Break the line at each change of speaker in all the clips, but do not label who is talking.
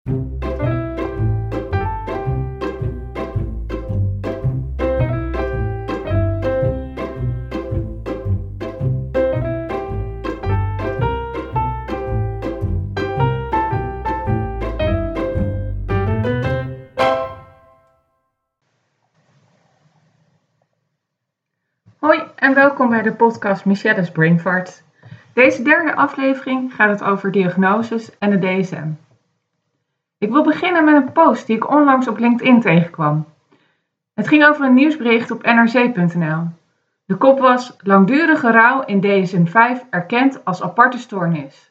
Hoi en welkom bij de podcast Michelle's Brainfarts. Deze derde aflevering gaat het over diagnoses en de DSM. Ik wil beginnen met een post die ik onlangs op LinkedIn tegenkwam. Het ging over een nieuwsbericht op nrc.nl. De kop was: langdurige rouw in DSM-5 erkend als aparte stoornis.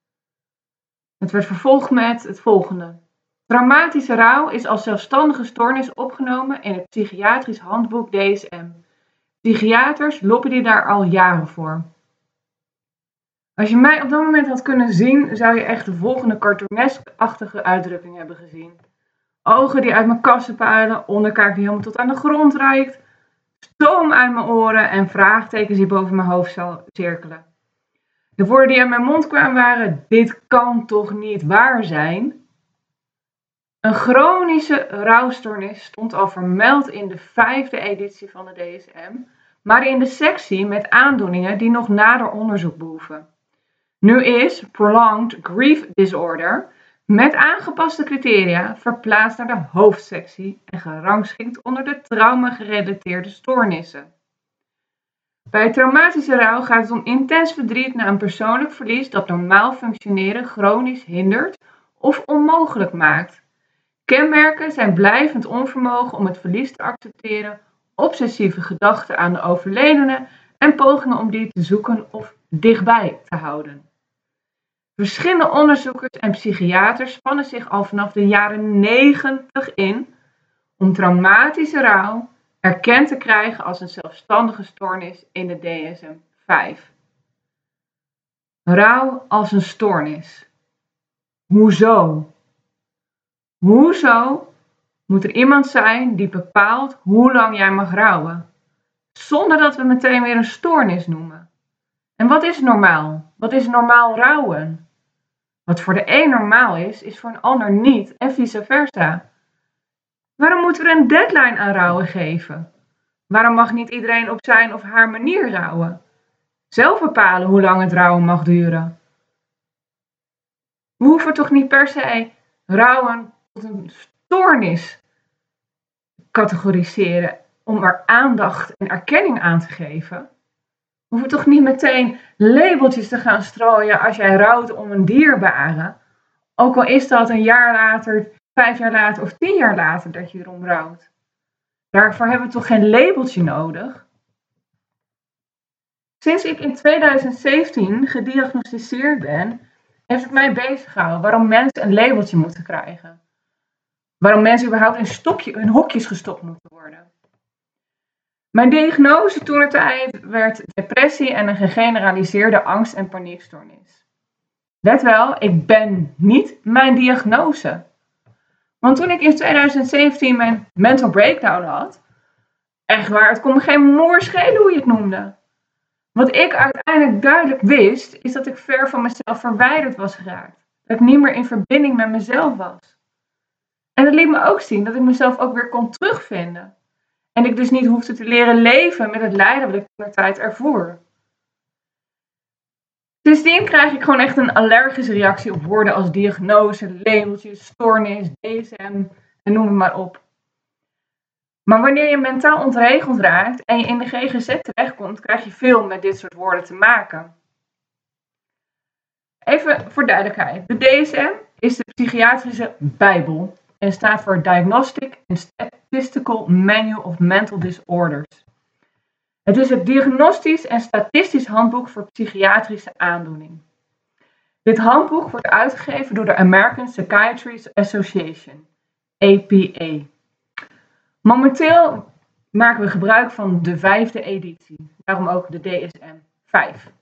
Het werd vervolgd met het volgende. Traumatische rouw is als zelfstandige stoornis opgenomen in het psychiatrisch handboek DSM. Psychiaters lopen die daar al jaren voor. Als je mij op dat moment had kunnen zien, zou je echt de volgende cartoonesk-achtige uitdrukking hebben gezien. Ogen die uit mijn kassen puilen, onderkaak die helemaal tot aan de grond reikt, stoom uit mijn oren en vraagtekens die boven mijn hoofd cirkelen. De woorden die uit mijn mond kwamen waren: dit kan toch niet waar zijn? Een chronische rouwstoornis stond al vermeld in de 5e editie van de DSM, maar in de sectie met aandoeningen die nog nader onderzoek behoeven. Nu is Prolonged Grief Disorder met aangepaste criteria verplaatst naar de hoofdsectie en gerangschikt onder de trauma-gerelateerde stoornissen. Bij traumatische rouw gaat het om intens verdriet na een persoonlijk verlies dat normaal functioneren chronisch hindert of onmogelijk maakt. Kenmerken zijn blijvend onvermogen om het verlies te accepteren, obsessieve gedachten aan de overledene en pogingen om die te zoeken of dichtbij te houden. Verschillende onderzoekers en psychiaters spannen zich al vanaf de jaren 90 in om traumatische rouw erkend te krijgen als een zelfstandige stoornis in de DSM-5. Rouw als een stoornis. Hoezo? Hoezo moet er iemand zijn die bepaalt hoe lang jij mag rouwen? Zonder dat we meteen weer een stoornis noemen. En wat is normaal? Wat is normaal rouwen? Wat voor de een normaal is voor een ander niet en vice versa. Waarom moeten we een deadline aan rouwen geven? Waarom mag niet iedereen op zijn of haar manier rouwen? Zelf bepalen hoe lang het rouwen mag duren. We hoeven toch niet per se rouwen tot een stoornis categoriseren om er aandacht en erkenning aan te geven. We hoeven toch niet meteen labeltjes te gaan strooien als jij rouwt om een dierbare. Ook al is dat een jaar later, 5 jaar later of 10 jaar later dat je erom rouwt. Daarvoor hebben we toch geen labeltje nodig? Sinds ik in 2017 gediagnosticeerd ben, heeft het mij bezig gehouden waarom mensen een labeltje moeten krijgen. Waarom mensen überhaupt in hokjes gestopt moeten worden. Mijn diagnose toentertijd werd depressie en een gegeneraliseerde angst- en paniekstoornis. Let wel, ik ben niet mijn diagnose. Want toen ik in 2017 mijn mental breakdown had, echt waar, het kon me geen moer schelen hoe je het noemde. Wat ik uiteindelijk duidelijk wist, is dat ik ver van mezelf verwijderd was geraakt. Dat ik niet meer in verbinding met mezelf was. En dat liet me ook zien dat ik mezelf ook weer kon terugvinden. En ik dus niet hoefde te leren leven met het lijden wat ik toen de tijd ervoer. Sindsdien krijg ik gewoon echt een allergische reactie op woorden als diagnose, labeltjes, stoornis, DSM en noem het maar op. Maar wanneer je mentaal ontregeld raakt en je in de GGZ terechtkomt, krijg je veel met dit soort woorden te maken. Even voor duidelijkheid. De DSM is de psychiatrische bijbel en staat voor Diagnostic and Statistical Manual of Mental Disorders. Het is het diagnostisch en statistisch handboek voor psychiatrische aandoening. Dit handboek wordt uitgegeven door de American Psychiatry Association, APA. Momenteel maken we gebruik van de 5e editie, daarom ook de DSM-5.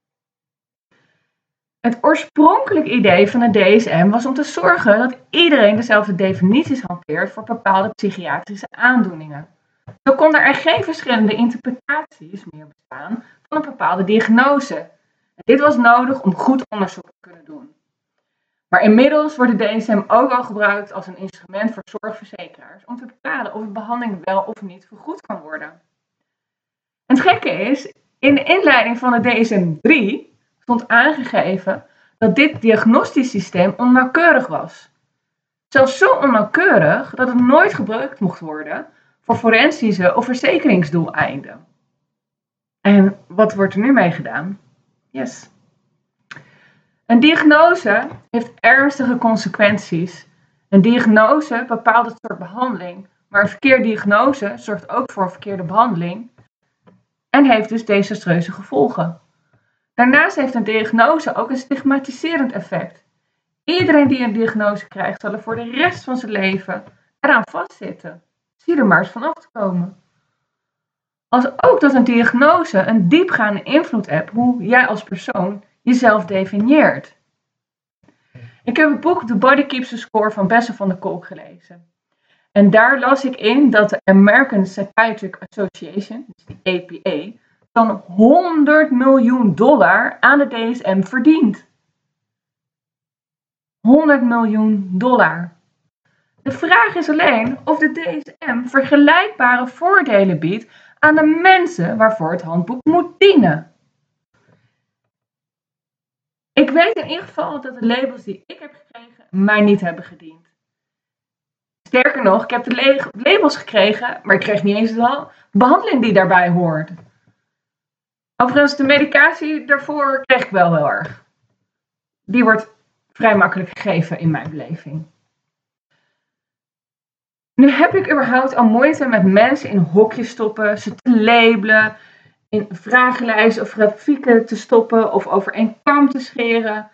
Het oorspronkelijke idee van de DSM was om te zorgen dat iedereen dezelfde definities hanteert voor bepaalde psychiatrische aandoeningen. Zo konden er geen verschillende interpretaties meer bestaan van een bepaalde diagnose. En dit was nodig om goed onderzoek te kunnen doen. Maar inmiddels wordt de DSM ook al gebruikt als een instrument voor zorgverzekeraars om te bepalen of een behandeling wel of niet vergoed kan worden. En het gekke is, in de inleiding van het DSM-3 stond aangegeven dat dit diagnostisch systeem onnauwkeurig was. Zelfs zo onnauwkeurig dat het nooit gebruikt mocht worden voor forensische of verzekeringsdoeleinden. En wat wordt er nu mee gedaan? Yes. Een diagnose heeft ernstige consequenties. Een diagnose bepaalt het soort behandeling, maar een verkeerde diagnose zorgt ook voor een verkeerde behandeling en heeft dus desastreuze gevolgen. Daarnaast heeft een diagnose ook een stigmatiserend effect. Iedereen die een diagnose krijgt, zal er voor de rest van zijn leven eraan vastzitten. Zie er maar eens vanaf te komen. Als ook dat een diagnose een diepgaande invloed heeft hoe jij als persoon jezelf definieert. Ik heb het boek The Body Keeps the Score van Bessel van der Kolk gelezen. En daar las ik in dat de American Psychiatric Association, dus die APA, zo'n $100 miljoen aan de DSM verdient. $100 miljoen. De vraag is alleen of de DSM vergelijkbare voordelen biedt aan de mensen waarvoor het handboek moet dienen. Ik weet in ieder geval dat de labels die ik heb gekregen mij niet hebben gediend. Sterker nog, ik heb de labels gekregen, maar ik kreeg niet eens de behandeling die daarbij hoort. Overigens, de medicatie daarvoor kreeg ik wel heel erg. Die wordt vrij makkelijk gegeven in mijn beleving. Nu heb ik überhaupt al moeite met mensen in hokjes stoppen, ze te labelen, in vragenlijsten of grafieken te stoppen of over één kam te scheren.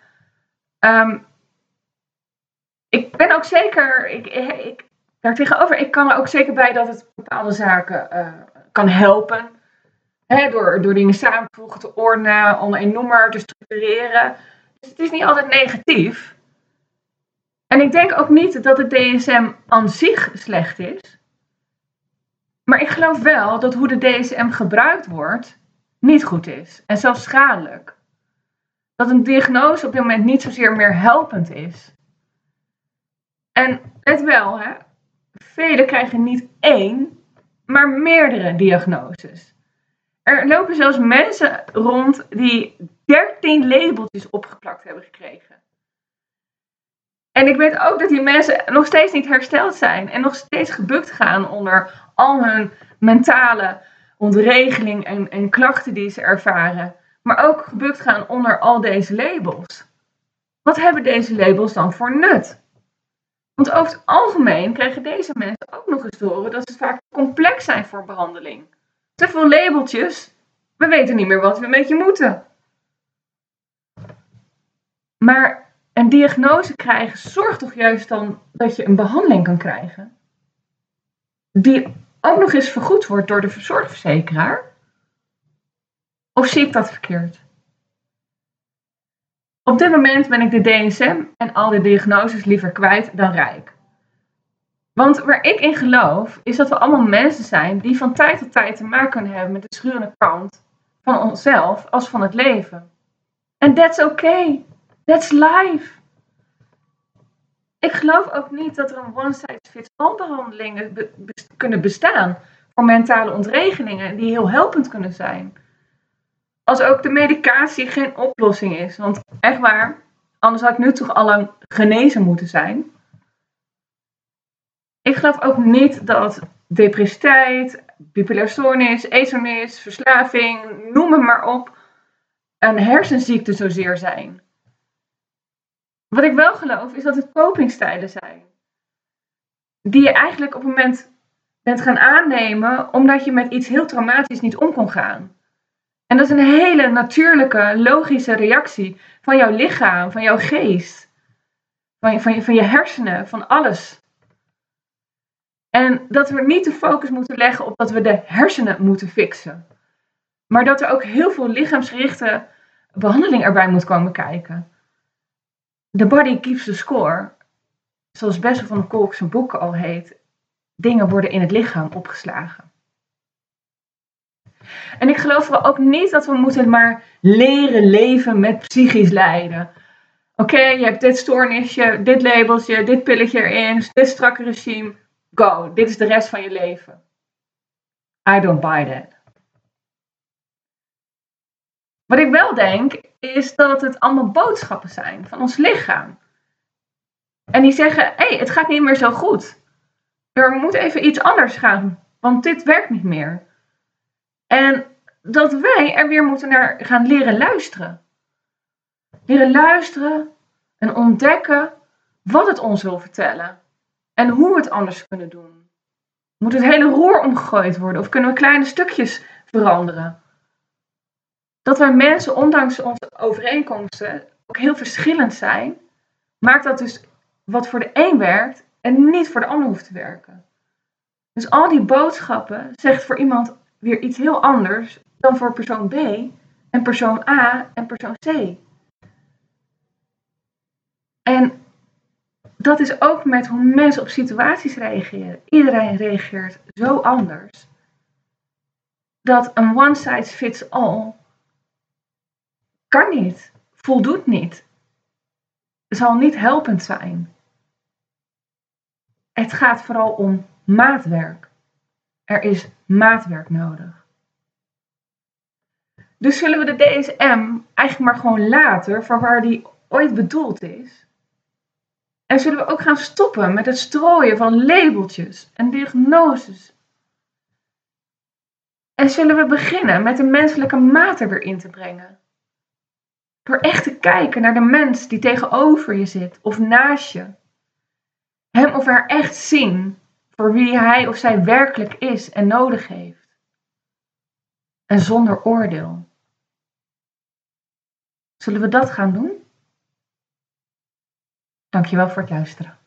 Ik ben ook zeker, daartegenover, ik kan er ook zeker bij dat het bepaalde zaken kan helpen. Door dingen samen te voegen, te ordenen, onder een noemer te structureren. Dus het is niet altijd negatief. En ik denk ook niet dat het DSM aan zich slecht is. Maar ik geloof wel dat hoe de DSM gebruikt wordt niet goed is. En zelfs schadelijk. Dat een diagnose op dit moment niet zozeer meer helpend is. En let wel, velen krijgen niet één, maar meerdere diagnoses. Er lopen zelfs mensen rond die 13 labeltjes opgeplakt hebben gekregen. En ik weet ook dat die mensen nog steeds niet hersteld zijn en nog steeds gebukt gaan onder al hun mentale ontregeling en klachten die ze ervaren. Maar ook gebukt gaan onder al deze labels. Wat hebben deze labels dan voor nut? Want over het algemeen krijgen deze mensen ook nog eens te horen dat ze vaak complex zijn voor behandeling. Te veel labeltjes, we weten niet meer wat we met je moeten. Maar een diagnose krijgen zorgt toch juist dan dat je een behandeling kan krijgen die ook nog eens vergoed wordt door de zorgverzekeraar? Of zie ik dat verkeerd? Op dit moment ben ik de DSM en al die diagnoses liever kwijt dan rijk. Want waar ik in geloof is dat we allemaal mensen zijn die van tijd tot tijd te maken kunnen hebben met de schurende kant van onszelf als van het leven. En that's okay. That's life. Ik geloof ook niet dat er een one-size-fits-all behandelingen kunnen bestaan voor mentale ontregelingen die heel helpend kunnen zijn. Als ook de medicatie geen oplossing is. Want echt waar, anders had ik nu toch al lang genezen moeten zijn. Ik geloof ook niet dat depressiviteit, bipolaire stoornis, eetstoornis, verslaving, noem het maar op, een hersenziekte zozeer zijn. Wat ik wel geloof is dat het copingstijlen zijn. Die je eigenlijk op het moment bent gaan aannemen omdat je met iets heel traumatisch niet om kon gaan. En dat is een hele natuurlijke, logische reactie van jouw lichaam, van jouw geest, van je hersenen, van alles. En dat we niet de focus moeten leggen op dat we de hersenen moeten fixen. Maar dat er ook heel veel lichaamsgerichte behandeling erbij moet komen kijken. The body keeps the score. Zoals Bessel van der Kolk zijn boek al heet. Dingen worden in het lichaam opgeslagen. En ik geloof wel ook niet dat we moeten maar leren leven met psychisch lijden. Oké, je hebt dit stoornisje, dit labeltje, dit pilletje erin, dit strakke regime. Go, dit is de rest van je leven. I don't buy that. Wat ik wel denk, is dat het allemaal boodschappen zijn van ons lichaam. En die zeggen, hé, het gaat niet meer zo goed. Er moet even iets anders gaan, want dit werkt niet meer. En dat wij er weer moeten naar gaan leren luisteren. Leren luisteren en ontdekken wat het ons wil vertellen. En hoe we het anders kunnen doen. Moet het hele roer omgegooid worden of kunnen we kleine stukjes veranderen? Dat wij mensen, ondanks onze overeenkomsten, ook heel verschillend zijn, maakt dat dus wat voor de een werkt en niet voor de ander hoeft te werken. Dus al die boodschappen zegt voor iemand weer iets heel anders dan voor persoon B en persoon A en persoon C. En dat is ook met hoe mensen op situaties reageren. Iedereen reageert zo anders. Dat een one size fits all kan niet, voldoet niet, zal niet helpend zijn. Het gaat vooral om maatwerk. Er is maatwerk nodig. Dus zullen we de DSM eigenlijk maar gewoon laten voor waar die ooit bedoeld is? En zullen we ook gaan stoppen met het strooien van labeltjes en diagnoses? En zullen we beginnen met de menselijke maat er weer in te brengen? Door echt te kijken naar de mens die tegenover je zit of naast je. Hem of haar echt zien voor wie hij of zij werkelijk is en nodig heeft. En zonder oordeel. Zullen we dat gaan doen? Dankjewel voor het luisteren.